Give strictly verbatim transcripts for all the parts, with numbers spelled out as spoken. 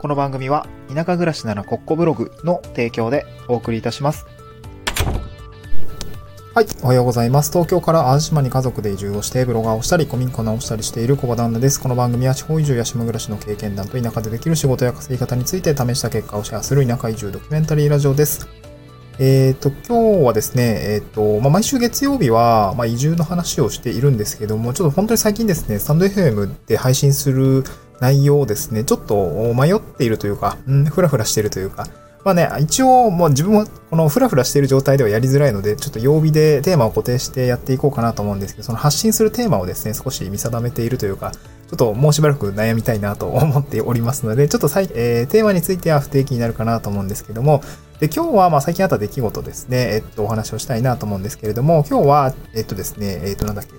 この番組は田舎暮らしならコッコブログの提供でお送りいたします。はい、おはようございます。東京から淡路島に家族で移住をしてブロガーをしたり古民家を直したりしている小場旦那です。この番組は地方移住や島暮らしの経験談と田舎でできる仕事や稼ぎ方について試した結果をシェアする田舎移住ドキュメンタリーラジオです。えっと、今日はですね、えっと、まあ、毎週月曜日は、まあ、移住の話をしているんですけども、ちょっと本当に最近ですね、スタンド エフエム で配信する内容をですね、ちょっと迷っているというか、うん、ふらふらしているというか、まあね、一応、もう自分もこのフラフラしている状態ではやりづらいので、ちょっと曜日でテーマを固定してやっていこうかなと思うんですけど、その発信するテーマをですね、少し見定めているというか、ちょっともうしばらく悩みたいなと思っておりますので、ちょっとさい、えー、テーマについては不定期になるかなと思うんですけども、で、今日はまあ最近あった出来事ですね、えっと、お話をしたいなと思うんですけれども、今日は、えっとですね、えっと、なんだっけ。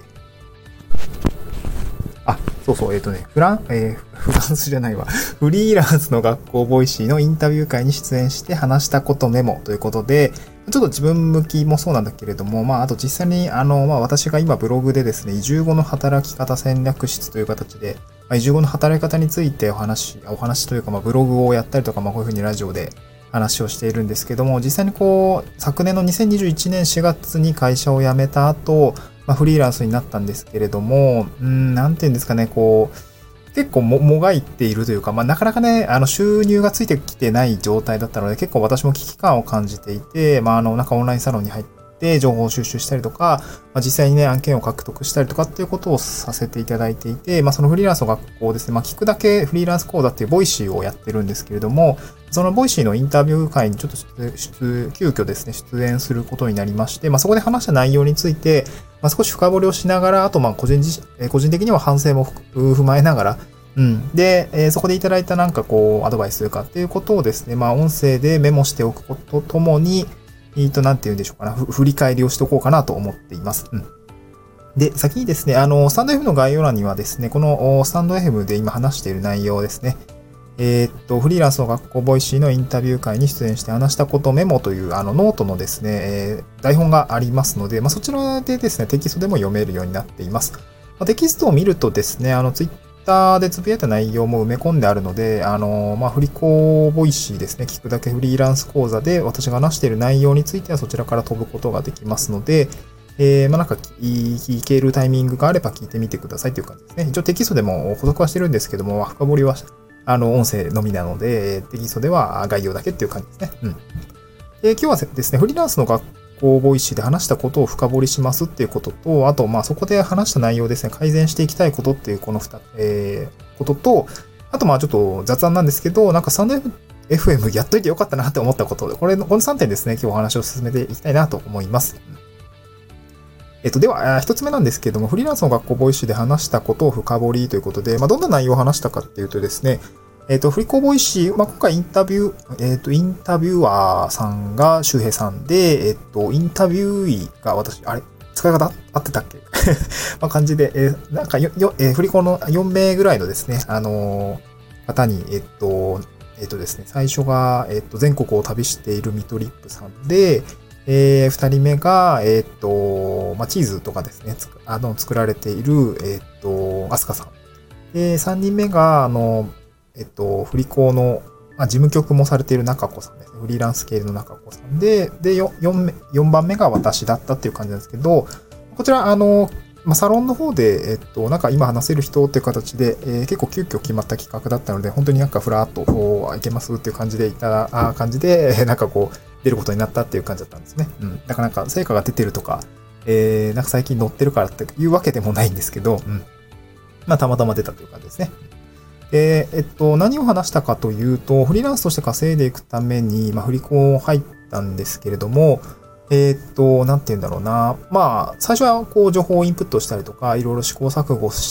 あ、そうそう、えっとね、フラン、えー、フランスじゃないわ。フリーランスの学校ボイシーのインタビュー会に出演して話したことメモということで、ちょっと自分向きもそうなんだけれども、まあ、あと実際に、あの、まあ、私が今ブログでですね、移住後の働き方戦略室という形で、まあ、移住後の働き方についてお話、お話というか、まあ、ブログをやったりとか、まあ、こういうふうにラジオで話をしているんですけども、実際にこう、昨年のにせんにじゅういちねんしがつに会社を辞めた後、まあ、フリーランスになったんですけれども、うん、なんていうんですかね、こう、結構も、もがいているというか、まあ、なかなかね、あの、収入がついてきてない状態だったので、結構私も危機感を感じていて、まあ、あの、なんかオンラインサロンに入って情報収集したりとか、まあ、実際にね、案件を獲得したりとかっていうことをさせていただいていて、まあ、そのフリーランスの学校ですね、まあ、聞くだけフリーランス講座っていうボイシーをやってるんですけれども、そのボイシーのインタビュー会にちょっと出、出急遽ですね、出演することになりまして、まあ、そこで話した内容について、まあ、少し深掘りをしながら、あと、まあ、個人自、個人的には反省も踏まえながら、うん。で、えー、そこでいただいたなんかこう、アドバイスというかっていうことをですね、まあ、音声でメモしておくことともに、えーと、なんて言うんでしょうかな、振り返りをしておこうかなと思っています。うん。で、先にですね、あの、スタンド F の概要欄にはですね、このスタンド F で今話している内容ですね、えー、っと、フリーランスの学校ボイシーのインタビュー会に出演して話したことメモという、あの、ノートのですね、えー、台本がありますので、まあ、そちらでですね、テキストでも読めるようになっています。まあ、テキストを見るとですね、あの、ツイッターでつぶやいた内容も埋め込んであるので、あの、まあ、フリコボイシーですね、聞くだけフリーランス講座で私が話している内容についてはそちらから飛ぶことができますので、えー、まあ、なんか聞けるタイミングがあれば聞いてみてくださいという感じですね。一応テキストでも補足はしてるんですけども、深掘りはあの、音声のみなので、テキストでは概要だけっていう感じですね。うん。で、今日はですね、フリーランスの学校ボイシーで話したことを深掘りしますっていうことと、あと、まあ、そこで話した内容ですね、改善していきたいことっていうこの二、えー、ことと、あと、まあ、ちょっと雑談なんですけど、なんかスタンド エフエム やっといてよかったなって思ったことで、これ、このさんてんですね、今日お話を進めていきたいなと思います。えっと、では、一つ目なんですけども、フリーランスの学校ボイシーで話したことを深掘りということで、まあ、どんな内容を話したかっていうとですね、えっと、フリコボイシー、まあ、今回インタビュー、えっと、インタビュアーさんが周平さんで、えっと、インタビューイが私、あれ使い方合ってたっけまあ、感じで、えー、なんかよ、よ、えー、フリコのよんめいぐらいのですね、あのー、方に、えっと、えっとですね、最初が、えっと、全国を旅しているミトリップさんで、えー、二人目が、えっと、まあ、チーズとかですね、つあの、作られている、えっと、アスカさん。で、三人目が、あの、えっと、フリコの、まあ、事務局もされている中子さんですね。フリーランス系の中子さんで、で、よん、よんばんめが私だったっていう感じなんですけど、こちら、あの、まあ、サロンの方で、えっと、なんか今話せる人っていう形で、えー、結構急遽決まった企画だったので、本当になんかフラーっと、こう、いけますっていう感じでいた、あ感じで、なんかこう、出ることになったっていう感じだったんですね。うん。だからなんか、成果が出てるとか、えー、なんか最近乗ってるからっていうわけでもないんですけど、うん。まあ、たまたま出たという感じですね。で、えっと、何を話したかというと、フリーランスとして稼いでいくために、まあ、フリコ入ったんですけれども、えっと、なんて言うんだろうな。まあ、最初はこう、情報をインプットしたりとか、いろいろ試行錯誤した、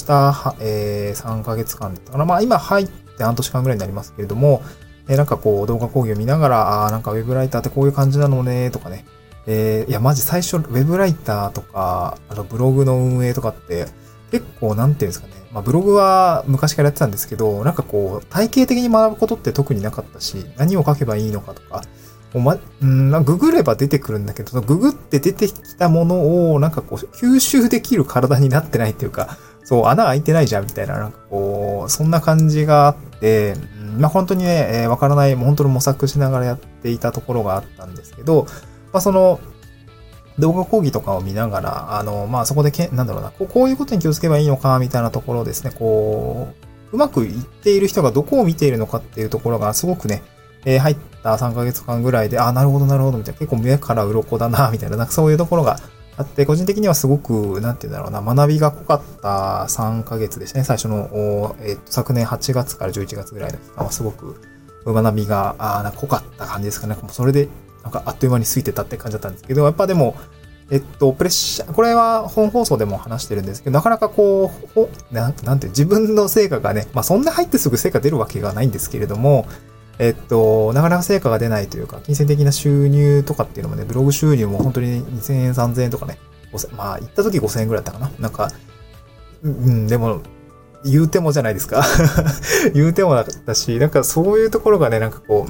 えー、さんかげつかんだったかな。まあ、今入って半年間ぐらいになりますけれども、えー、なんかこう、動画講義を見ながら、ああ、なんかウェブライターってこういう感じなのね、とかね。えー、いや、マジ最初、ウェブライターとか、あの、ブログの運営とかって、結構、なんていうんですかね。まあ、ブログは昔からやってたんですけど、なんかこう、体系的に学ぶことって特になかったし、何を書けばいいのかとか、もうま、うん、ググれば出てくるんだけど、ググって出てきたものを、なんかこう、吸収できる体になってないっていうか、そう、穴開いてないじゃん、みたいな、なんかこう、そんな感じがあって、 ん、まあ本当にね、えー、わからない、もう本当に模索しながらやっていたところがあったんですけど、まあその、動画講義とかを見ながら、あの、まあそこでけ、なんだろうな、こう、こういうことに気をつけばいいのか、みたいなところですね、こう、うまくいっている人がどこを見ているのかっていうところがすごくね、えー、入ったさんかげつかんぐらいで、あ、なるほどなるほど、みたいな、結構目から鱗だな、みたいな、なんかそういうところがあって、個人的にはすごく、なんて言うんだろうな、学びが濃かったさんかげつでしたね。最初の、えっと、昨年はちがつからじゅういちがつぐらいの期間はすごく学びが、あなんか濃かった感じですかね。もうそれで、なんかあっという間に過ぎてたって感じだったんですけど、やっぱでも、えっと、プレッシャー、これは本放送でも話してるんですけど、なかなかこう、ななんて、自分の成果がね、まあそんな入ってすぐ成果出るわけがないんですけれども、えっと、なかなか成果が出ないというか、金銭的な収入とかっていうのもね、ブログ収入も本当ににせんえん、さんぜんえんとかね、まあ、行った時ごせんえんぐらいだったかな。なんか、うん、でも、言うてもじゃないですか。言うてもだったし、なんかそういうところがね、なんかこう、うん、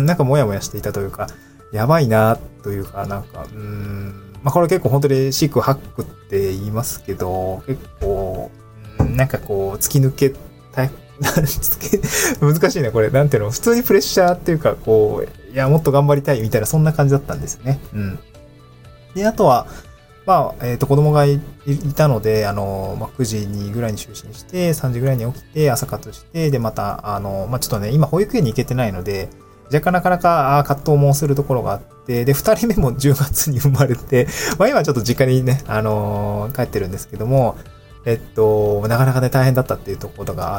なんかモヤモヤしていたというか、やばいな、というか、なんか、うん、まあこれ結構本当にシークハックって言いますけど、結構、うん、なんかこう、突き抜けたい、難しいね、これ。なんていうの、普通にプレッシャーっていうか、こう、いや、もっと頑張りたいみたいな、そんな感じだったんですよね。うん。で、あとは、まあ、えっと、子供が い, いたので、あの、まあ、くじにぐらいに就寝して、さんじぐらいに起きて、朝活して、で、また、あの、まあ、ちょっとね、今、保育園に行けてないので、若干なかなか葛藤もするところがあって、で、二人目もじゅうがつに生まれて、まあ、今ちょっと実家にね、あのー、帰ってるんですけども、えっと、なかなかね、大変だったっていうところがあって、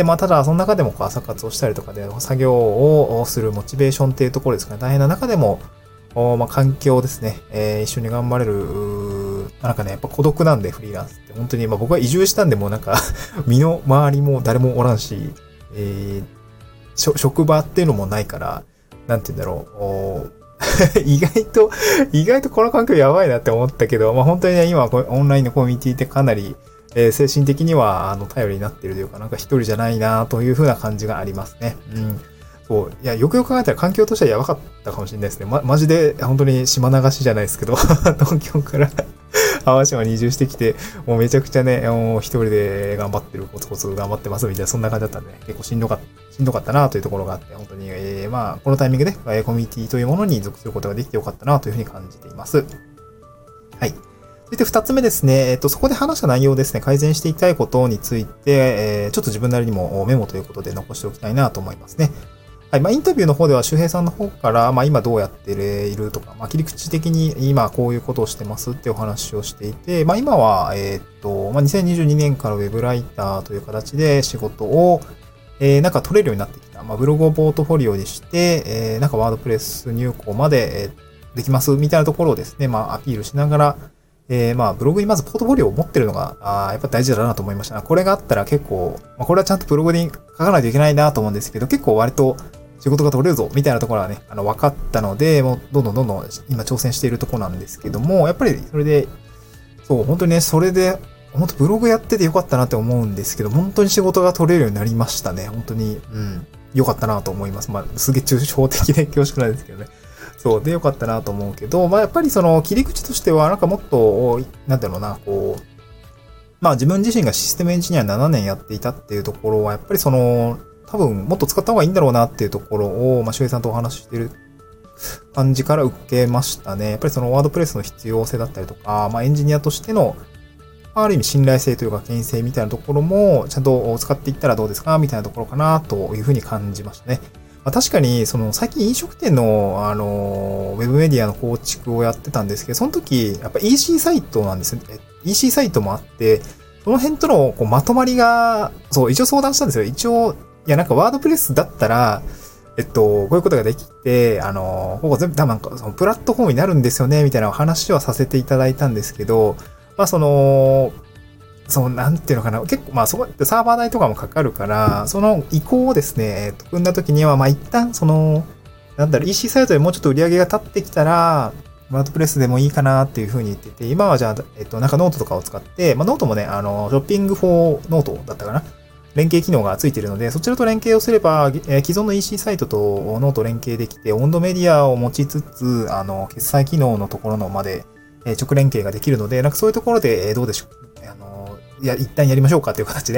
まあ、ただ、その中でもこう朝活をしたりとかで、作業をするモチベーションっていうところですかね、大変な中でも、まあ、環境ですね、えー、一緒に頑張れる、なんかね、やっぱ孤独なんで、フリーランスって。本当に、まあ僕は移住したんで、もうなんか、身の回りも誰もおらんし、えー、職場っていうのもないから、なんて言うんだろう、意外と、意外とこの環境やばいなって思ったけど、まあ本当にね、今、オンラインのコミュニティってかなり、えー、精神的には、あの、頼りになっているというか、なんか一人じゃないなという風な感じがありますね。うん。そう。いや、よくよく考えたら環境としてはやばかったかもしれないですね。ま、マジで、本当に島流しじゃないですけど、東京から淡島に移住してきて、もうめちゃくちゃね、もう一人で頑張ってる、コツコツ頑張ってますみたいな、そんな感じだったんで、ね、結構しんどかった、しんどかったなというところがあって、本当に、えー、まあ、このタイミングで、えー、コミュニティというものに属することができてよかったなというふうに感じています。はい。そして二つ目ですね、えっと、そこで話した内容ですね、改善していきたいことについて、えー、ちょっと自分なりにもメモということで残しておきたいなと思いますね。はい。まあ、インタビューの方では、周平さんの方から、まあ、今どうやっているとか、まあ、切り口的に今こういうことをしてますってお話をしていて、まあ、今は、えっと、まあ、にせんにじゅうにねんからウェブライターという形で仕事を、えー、なんか取れるようになってきた。まあ、ブログをポートフォリオにして、えー、なんかワードプレス入稿まで、えー、できますみたいなところをですね、まあ、アピールしながら、えー、まあ、ブログにまずポートフォリオを持ってるのが、あやっぱ大事だなと思いました。これがあったら結構、まあ、これはちゃんとブログに書かないといけないなと思うんですけど、結構割と、仕事が取れるぞみたいなところはね、あの、分かったので、もう、どんどんどんどん今挑戦しているところなんですけども、やっぱりそれで、そう、本当にね、それで、本当ブログやっててよかったなって思うんですけど、本当に仕事が取れるようになりましたね。本当に、うん、よかったなと思います。まあ、すげえ抽象的で恐縮なんですけどね。そう、でよかったなと思うけど、まあ、やっぱりその切り口としては、なんかもっと、なんだろうな、こう、まあ自分自身がシステムエンジニアななねんやっていたっていうところは、やっぱりその、多分もっと使った方がいいんだろうなっていうところを、まあ、周平さんとお話ししている感じから受けましたね。やっぱりそのワードプレスの必要性だったりとか、まあ、エンジニアとしての、ある意味信頼性というか、権威性みたいなところも、ちゃんと使っていったらどうですかみたいなところかな、というふうに感じましたね。まあ、確かに、その、最近飲食店の、あの、ウェブメディアの構築をやってたんですけど、その時、やっぱ イーシー サイトなんですよね。イーシー サイトもあって、その辺とのこうまとまりが、そう、一応相談したんですよ。一応、いや、なんかワードプレスだったら、えっと、こういうことができて、あの、ここ全部、多分なんか、そのプラットフォームになるんですよね、みたいな話はさせていただいたんですけど、まあ、その、その、なんていうのかな、結構、まあ、そこってサーバー代とかもかかるから、その移行をですね、えっと、組んだ時には、まあ、一旦、その、なんだろう、イーシー サイトでもうちょっと売り上げが立ってきたら、ワードプレスでもいいかなっていう風に言ってて、今はじゃあ、えっと、なんかノートとかを使って、まあ、ノートもね、あの、ショッピングフォーノートだったかな。連携機能がついているので、そちらと連携をすれば、えー、既存の イーシー サイトとノート連携できて、温度メディアを持ちつつ、あの、決済機能のところのまで、えー、直連携ができるので、なんかそういうところで、えー、どうでしょう。あの、いや、一旦やりましょうかという形で、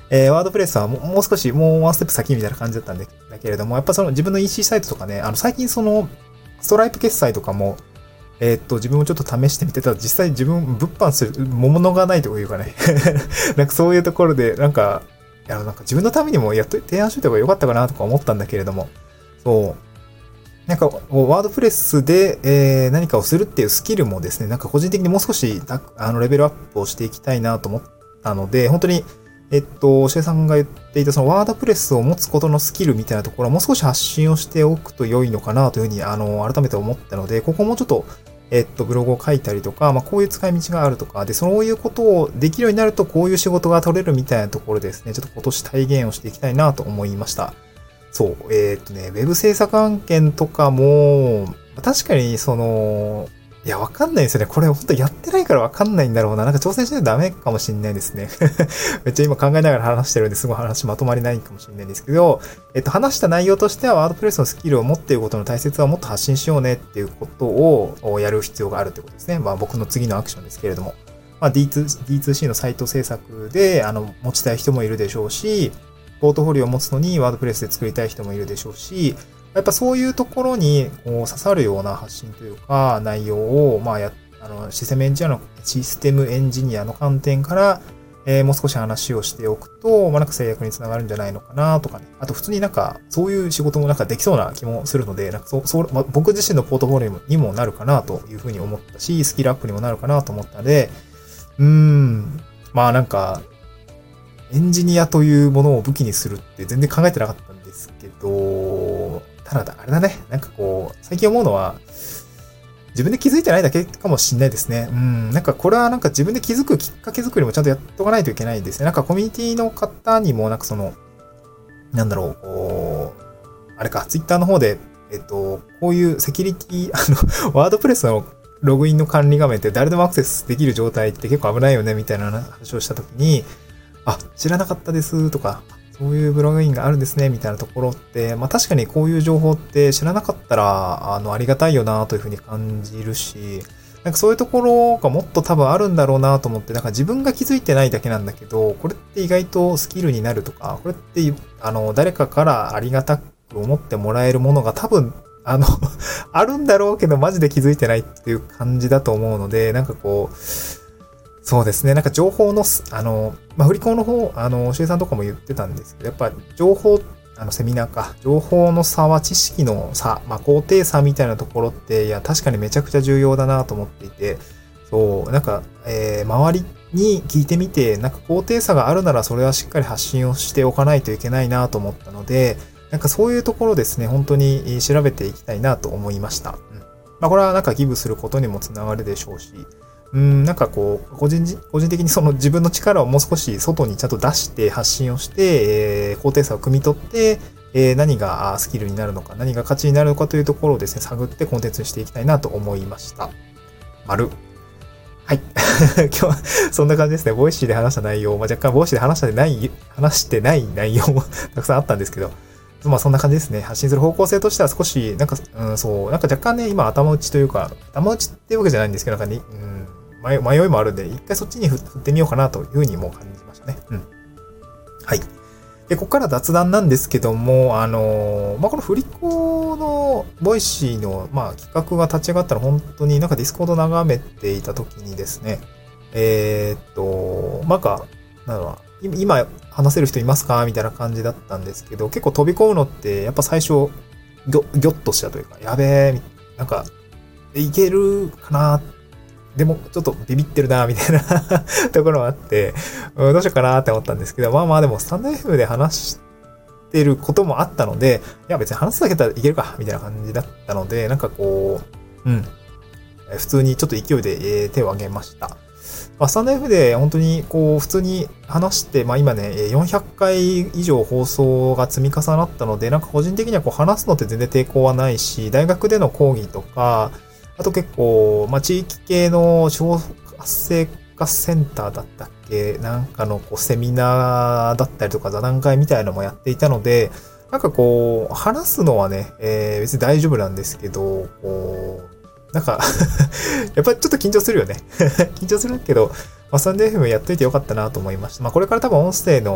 えー、ワードプレスはもうもう少し、もうワンステップ先みたいな感じだったんで、だけれども、やっぱその自分の イーシー サイトとかね、あの、最近その、ストライプ決済とかも、えー、っと、自分もちょっと試してみてたら、実際自分、物販する、ものがないというかね、なんかそういうところで、なんか、いや、なんか自分のためにもやっと提案しといた方が良かったかなとか思ったんだけれども、そう。なんか、ワードプレスで、えー、何かをするっていうスキルもですね、なんか個人的にもう少し、あの、レベルアップをしていきたいなと思ったので、本当に、えっと、シェイさんが言っていたそのワードプレスを持つことのスキルみたいなところはもう少し発信をしておくと良いのかなというふうに、あの、改めて思ったので、ここもちょっと、えっと、ブログを書いたりとか、まあ、こういう使い道があるとか、で、そういうことをできるようになると、こういう仕事が取れるみたいなところですね、ちょっと今年体現をしていきたいなと思いました。そう、えー、っとね、ウェブ制作案件とかも、確かに、その、いや、わかんないですよね。これ、ほんとやってないからわかんないんだろうな。なんか挑戦しないとダメかもしんないですね。めっちゃ今考えながら話してるんですごい話まとまりないかもしれないんですけど、えっと、話した内容としては、ワードプレスのスキルを持っていることの大切さをもっと発信しようねっていうことをやる必要があるということですね。まあ、僕の次のアクションですけれども。まあ、ディーツー、ディーツーシー のサイト制作で、あの、持ちたい人もいるでしょうし、ポートフォリオを持つのにワードプレスで作りたい人もいるでしょうし、やっぱそういうところにこう刺さるような発信というか内容を、まあや、あの、システムエンジニアの、システムエンジニアの観点から、えー、もう少し話をしておくと、まあなんか制約につながるんじゃないのかなとかね。あと普通になんか、そういう仕事もなんかできそうな気もするので、なんかそう、そう、まあ、僕自身のポートフォリオにもなるかなというふうに思ったし、スキルアップにもなるかなと思ったので、うーん、まあなんか、エンジニアというものを武器にするって全然考えてなかったんですけど、ただ、あれだね。なんかこう、最近思うのは、自分で気づいてないだけかもしんないですね。うん。なんかこれはなんか自分で気づくきっかけ作りもちゃんとやっとかないといけないですね。なんかコミュニティの方にもなんかその、なんだろう、こう、あれか、ツイッターの方で、えっと、こういうセキュリティ、あの、ワードプレスのログインの管理画面って誰でもアクセスできる状態って結構危ないよね、みたいな話をしたときに、あ、知らなかったですとか、そういうブログインがあるんですね、みたいなところって、まあ確かにこういう情報って知らなかったら、あの、ありがたいよなというふうに感じるし、なんかそういうところがもっと多分あるんだろうなと思って、なんか自分が気づいてないだけなんだけど、これって意外とスキルになるとか、これって、あの、誰かからありがたく思ってもらえるものが多分、あの、あるんだろうけど、マジで気づいてないっていう感じだと思うので、なんかこう、そうですね。なんか情報の、あの、まあ、振り子の方、あの、シエさんとかも言ってたんですけど、やっぱ情報、あの、セミナーか、情報の差は知識の差、まあ、高低差みたいなところって、いや、確かにめちゃくちゃ重要だなと思っていて、そう、なんか、えー、周りに聞いてみて、なんか高低差があるならそれはしっかり発信をしておかないといけないなと思ったので、なんかそういうところですね、本当に調べていきたいなと思いました。うん。まあ、これはなんかギブすることにもつながるでしょうし、うん、なんかこう、個人、個人的にその自分の力をもう少し外にちゃんと出して発信をして、えー、高低差を汲み取って、えー、何がスキルになるのか、何が価値になるのかというところをですね、探ってコンテンツにしていきたいなと思いました。丸。はい。今日はそんな感じですね。ボイシーで話した内容、まあ、若干ボイシーで話してない、話してない内容もたくさんあったんですけど、まあそんな感じですね。発信する方向性としては少し、なんか、うん、そう、なんか若干ね、今頭打ちというか、頭打ちっていうわけじゃないんですけど、なんかに、うん迷いもあるんで、一回そっちに振ってみようかなというふうにも感じましたね。うん。はい。で、ここから雑談なんですけども、あのー、まあ、この振り子のボイシーの、まあ、企画が立ち上がったら本当になんかディスコード眺めていた時にですね、えー、っと、なんか、なんだろうな、今話せる人いますかみたいな感じだったんですけど、結構飛び込むのって、やっぱ最初、ぎょ、ぎょっとしたというか、やべえ、なんか、いけるかなって、でも、ちょっとビビってるな、みたいなところがあって、うん、どうしようかなって思ったんですけど、まあまあでも、スタンド エフエム で話してることもあったので、いや別に話すだけだったらいけるか、みたいな感じだったので、なんかこう、うん、普通にちょっと勢いで手を挙げました。まあ、スタンド エフエム で本当にこう、普通に話して、まあ今ね、よんひゃっかい以上放送が積み重なったので、なんか個人的にはこう話すのって全然抵抗はないし、大学での講義とか、あと結構、まあ、地域系の地方活性化センターだったっけなんかのこうセミナーだったりとか座談会みたいなのもやっていたので、なんかこう、話すのはね、えー、別に大丈夫なんですけど、こう、なんか、やっぱりちょっと緊張するよね。緊張するけど、まあ、スタンド エフエム やっといてよかったなと思いました。まあ、これから多分音声の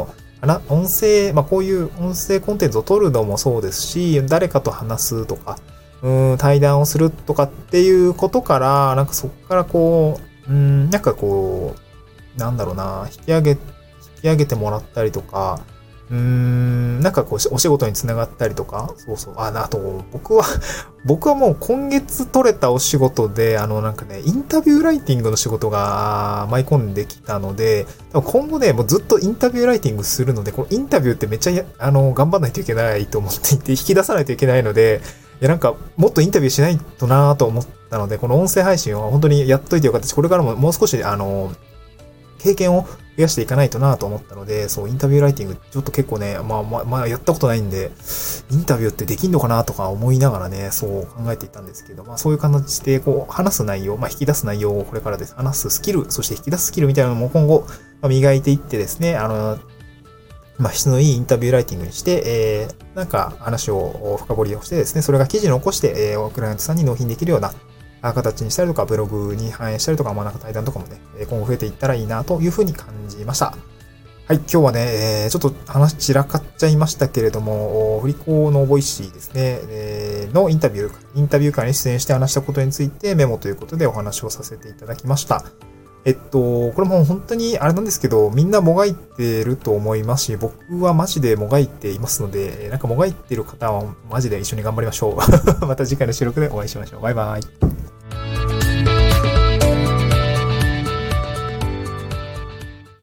な、音声、まあ、こういう音声コンテンツを撮るのもそうですし、誰かと話すとか、うん、対談をするとかっていうことから、なんかそこからこう、うん、なんかこう、なんだろうな、引き上げ、引き上げてもらったりとか、うーん、なんかこう、お仕事につながったりとか、そうそう。あ、あと、僕は僕はもう今月取れたお仕事で、あの、なんかね、インタビューライティングの仕事が舞い込んできたので、今後ね、もうずっとインタビューライティングするので、このインタビューってめっちゃ、あの、頑張んないといけないと思っていて、引き出さないといけないので、いや、なんか、もっとインタビューしないとなぁと思ったので、この音声配信は本当にやっといてよかったし、これからももう少し、あの、経験を増やしていかないとなと思ったので、そう、インタビューライティング、ちょっと結構ね、まあまあ、まあ、やったことないんで、インタビューってできんのかなとか思いながらね、そう考えていたんですけど、まあそういう形で、こう、話す内容、まあ引き出す内容をこれからです。話すスキル、そして引き出すスキルみたいなのも今後、まあ、磨いていってですね、あの、まあ質のいいインタビューライティングにして、えー、なんか話を深掘りをしてですね、それが記事に起こして、えー、クライアントさんに納品できるような、形にしたりとか、ブログに反映したりとか、まあなんか対談とかもね、今後増えていったらいいなというふうに感じました。はい、今日はね、えー、ちょっと話散らかっちゃいましたけれども、振り子のボイシーですね、えー、のインタビュー、インタビュー会に出演して話したことについてメモということでお話をさせていただきました。えっと、これも本当にあれなんですけど、みんなもがいてると思いますし、僕はマジでもがいていますので、なんかもがいてる方はマジで一緒に頑張りましょう。また次回の収録でお会いしましょう。バイバイ。